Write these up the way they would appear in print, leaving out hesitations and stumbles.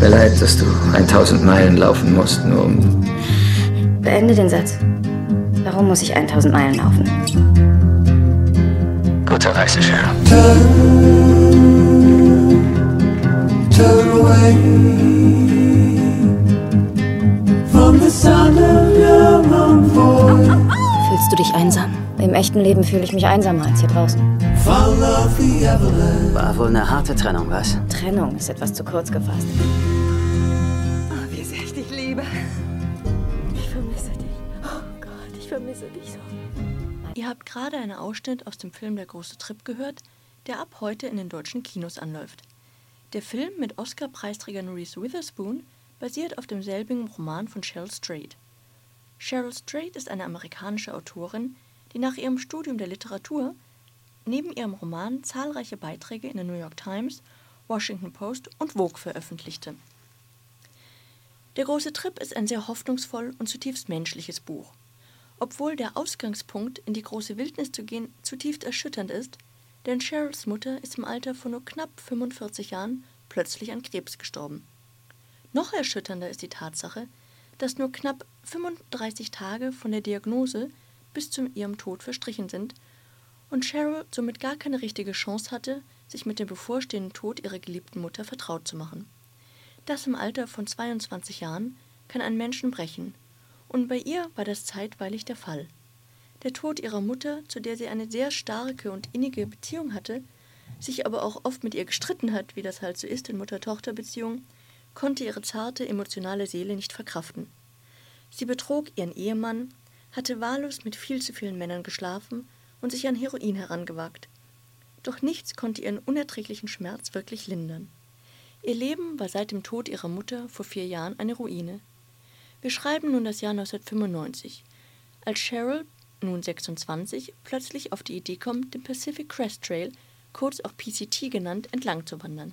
mir leid, dass du 1000 Meilen laufen musst, nur um... Beende den Satz. Warum muss ich 1000 Meilen laufen? Gute Reise, Cheryl. Turn away from the sound of your own voice. Fühlst du dich einsam? Im echten Leben fühle ich mich einsamer als hier draußen. Follow the avalanche. War wohl eine harte Trennung, was? Trennung ist etwas zu kurz gefasst. Oh, wie sehr ich dich liebe. Ich vermisse dich. Oh Gott, ich vermisse dich so. Ihr habt gerade einen Ausschnitt aus dem Film Der große Trip gehört, der ab heute in den deutschen Kinos anläuft. Der Film mit Oscar-Preisträgerin Reese Witherspoon basiert auf demselbigen Roman von Cheryl Strayed. Cheryl Strayed ist eine amerikanische Autorin, die nach ihrem Studium der Literatur neben ihrem Roman zahlreiche Beiträge in der New York Times, Washington Post und Vogue veröffentlichte. Der große Trip ist ein sehr hoffnungsvoll und zutiefst menschliches Buch. Obwohl der Ausgangspunkt, in die große Wildnis zu gehen, zutiefst erschütternd ist, denn Cheryls Mutter ist im Alter von nur knapp 45 Jahren plötzlich an Krebs gestorben. Noch erschütternder ist die Tatsache, dass nur knapp 35 Tage von der Diagnose bis zu ihrem Tod verstrichen sind und Cheryl somit gar keine richtige Chance hatte, sich mit dem bevorstehenden Tod ihrer geliebten Mutter vertraut zu machen. Das im Alter von 22 Jahren kann einen Menschen brechen, und bei ihr war das zeitweilig der Fall. Der Tod ihrer Mutter, zu der sie eine sehr starke und innige Beziehung hatte, sich aber auch oft mit ihr gestritten hat, wie das halt so ist in Mutter-Tochter-Beziehungen, konnte ihre zarte, emotionale Seele nicht verkraften. Sie betrog ihren Ehemann, hatte wahllos mit viel zu vielen Männern geschlafen und sich an Heroin herangewagt. Doch nichts konnte ihren unerträglichen Schmerz wirklich lindern. Ihr Leben war seit dem Tod ihrer Mutter vor 4 Jahren eine Ruine. Wir schreiben nun das Jahr 1995, als Cheryl, nun 26, plötzlich auf die Idee kommt, den Pacific Crest Trail, kurz auch PCT genannt, entlang zu wandern.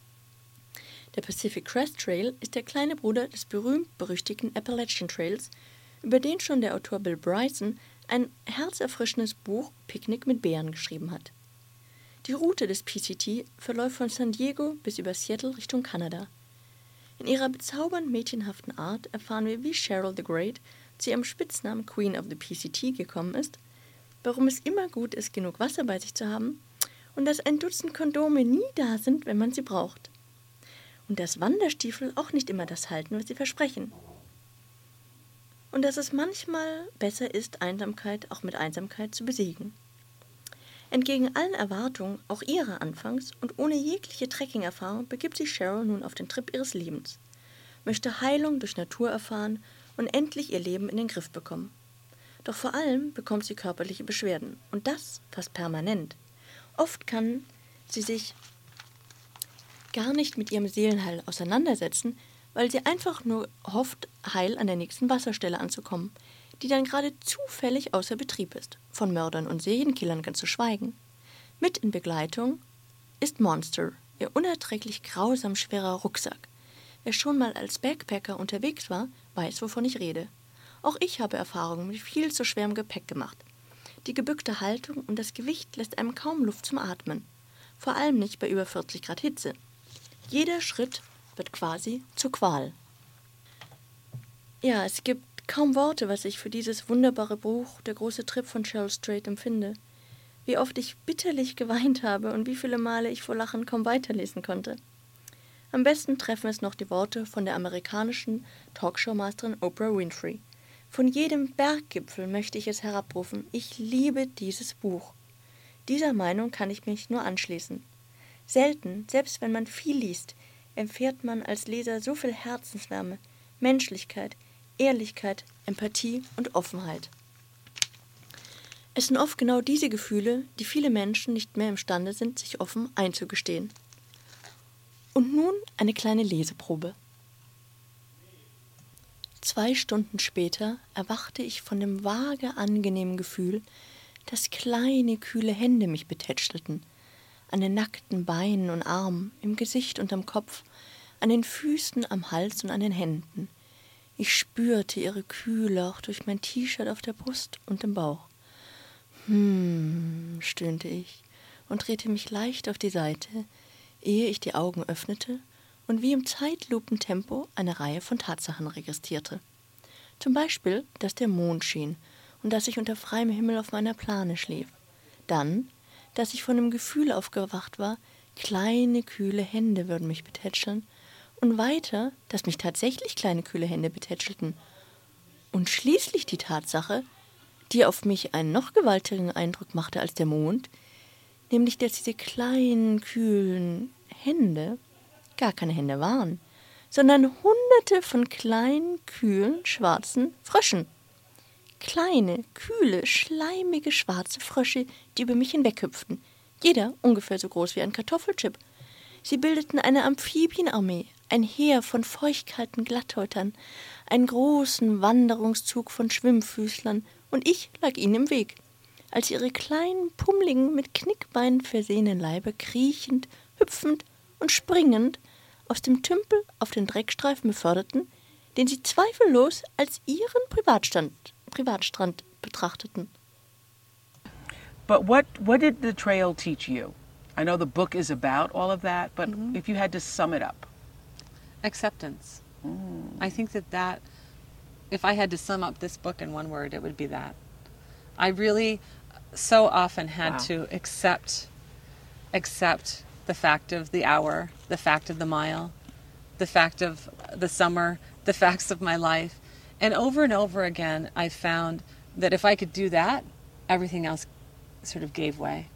Der Pacific Crest Trail ist der kleine Bruder des berühmt-berüchtigten Appalachian Trails, über den schon der Autor Bill Bryson ein herzerfrischendes Buch Picknick mit Bären geschrieben hat. Die Route des PCT verläuft von San Diego bis über Seattle Richtung Kanada. In ihrer bezaubernd mädchenhaften Art erfahren wir, wie Cheryl the Great zu ihrem Spitznamen Queen of the PCT gekommen ist, warum es immer gut ist, genug Wasser bei sich zu haben und dass ein Dutzend Kondome nie da sind, wenn man sie braucht. Und dass Wanderstiefel auch nicht immer das halten, was sie versprechen. Und dass es manchmal besser ist, Einsamkeit auch mit Einsamkeit zu besiegen. Entgegen allen Erwartungen, auch ihrer anfangs, und ohne jegliche Trekking-Erfahrung begibt sich Cheryl nun auf den Trip ihres Lebens, möchte Heilung durch Natur erfahren und endlich ihr Leben in den Griff bekommen. Doch vor allem bekommt sie körperliche Beschwerden, und das fast permanent. Oft kann sie sich gar nicht mit ihrem Seelenheil auseinandersetzen, weil sie einfach nur hofft, heil an der nächsten Wasserstelle anzukommen, die dann gerade zufällig außer Betrieb ist, von Mördern und Serienkillern ganz zu schweigen. Mit in Begleitung ist Monster, ihr unerträglich grausam schwerer Rucksack. Wer schon mal als Backpacker unterwegs war, weiß, wovon ich rede. Auch ich habe Erfahrungen mit viel zu schwerem Gepäck gemacht. Die gebückte Haltung und das Gewicht lässt einem kaum Luft zum Atmen. Vor allem nicht bei über 40 Grad Hitze. Jeder Schritt wird quasi zur Qual. Ja, es gibt kaum Worte, was ich für dieses wunderbare Buch Der große Trip von Cheryl Strayed empfinde. Wie oft ich bitterlich geweint habe und wie viele Male ich vor Lachen kaum weiterlesen konnte. Am besten treffen es noch die Worte von der amerikanischen Talkshow-Masterin Oprah Winfrey. Von jedem Berggipfel möchte ich es herabrufen. Ich liebe dieses Buch. Dieser Meinung kann ich mich nur anschließen. Selten, selbst wenn man viel liest, erfährt man als Leser so viel Herzenswärme, Menschlichkeit, Ehrlichkeit, Empathie und Offenheit. Es sind oft genau diese Gefühle, die viele Menschen nicht mehr imstande sind, sich offen einzugestehen. Und nun eine kleine Leseprobe. 2 Stunden später erwachte ich von dem vage angenehmen Gefühl, dass kleine, kühle Hände mich betätschelten, an den nackten Beinen und Armen, im Gesicht und am Kopf, an den Füßen, am Hals und an den Händen. Ich spürte ihre Kühle auch durch mein T-Shirt auf der Brust und im Bauch. Stöhnte ich und drehte mich leicht auf die Seite, ehe ich die Augen öffnete und wie im Zeitlupentempo eine Reihe von Tatsachen registrierte. Zum Beispiel, dass der Mond schien und dass ich unter freiem Himmel auf meiner Plane schlief. Dann, dass ich von dem Gefühl aufgewacht war, kleine, kühle Hände würden mich betätscheln, und weiter, dass mich tatsächlich kleine, kühle Hände betätschelten. Und schließlich die Tatsache, die auf mich einen noch gewaltigeren Eindruck machte als der Mond, nämlich, dass diese kleinen, kühlen Hände gar keine Hände waren, sondern Hunderte von kleinen, kühlen, schwarzen Fröschen. Kleine, kühle, schleimige, schwarze Frösche, die über mich hinweghüpften, jeder ungefähr so groß wie ein Kartoffelchip. Sie bildeten eine Amphibienarmee, ein Heer von feuchtkalten Glatthäutern, einen großen Wanderungszug von Schwimmfüßlern, und ich lag ihnen im Weg, als ihre kleinen, pummeligen, mit Knickbeinen versehenen Leiber kriechend, hüpfend und springend aus dem Tümpel auf den Dreckstreifen beförderten, den sie zweifellos als ihren Privatstrand betrachteten. But what did the trail teach you? I know the book is about all of that, but if you had to sum it up. Acceptance. I think that if I had to sum up this book in one word, it would be that. I really so often had to accept the fact of the hour, the fact of the mile, the fact of the summer, the facts of my life. And over again, I found that if I could do that, everything else sort of gave way.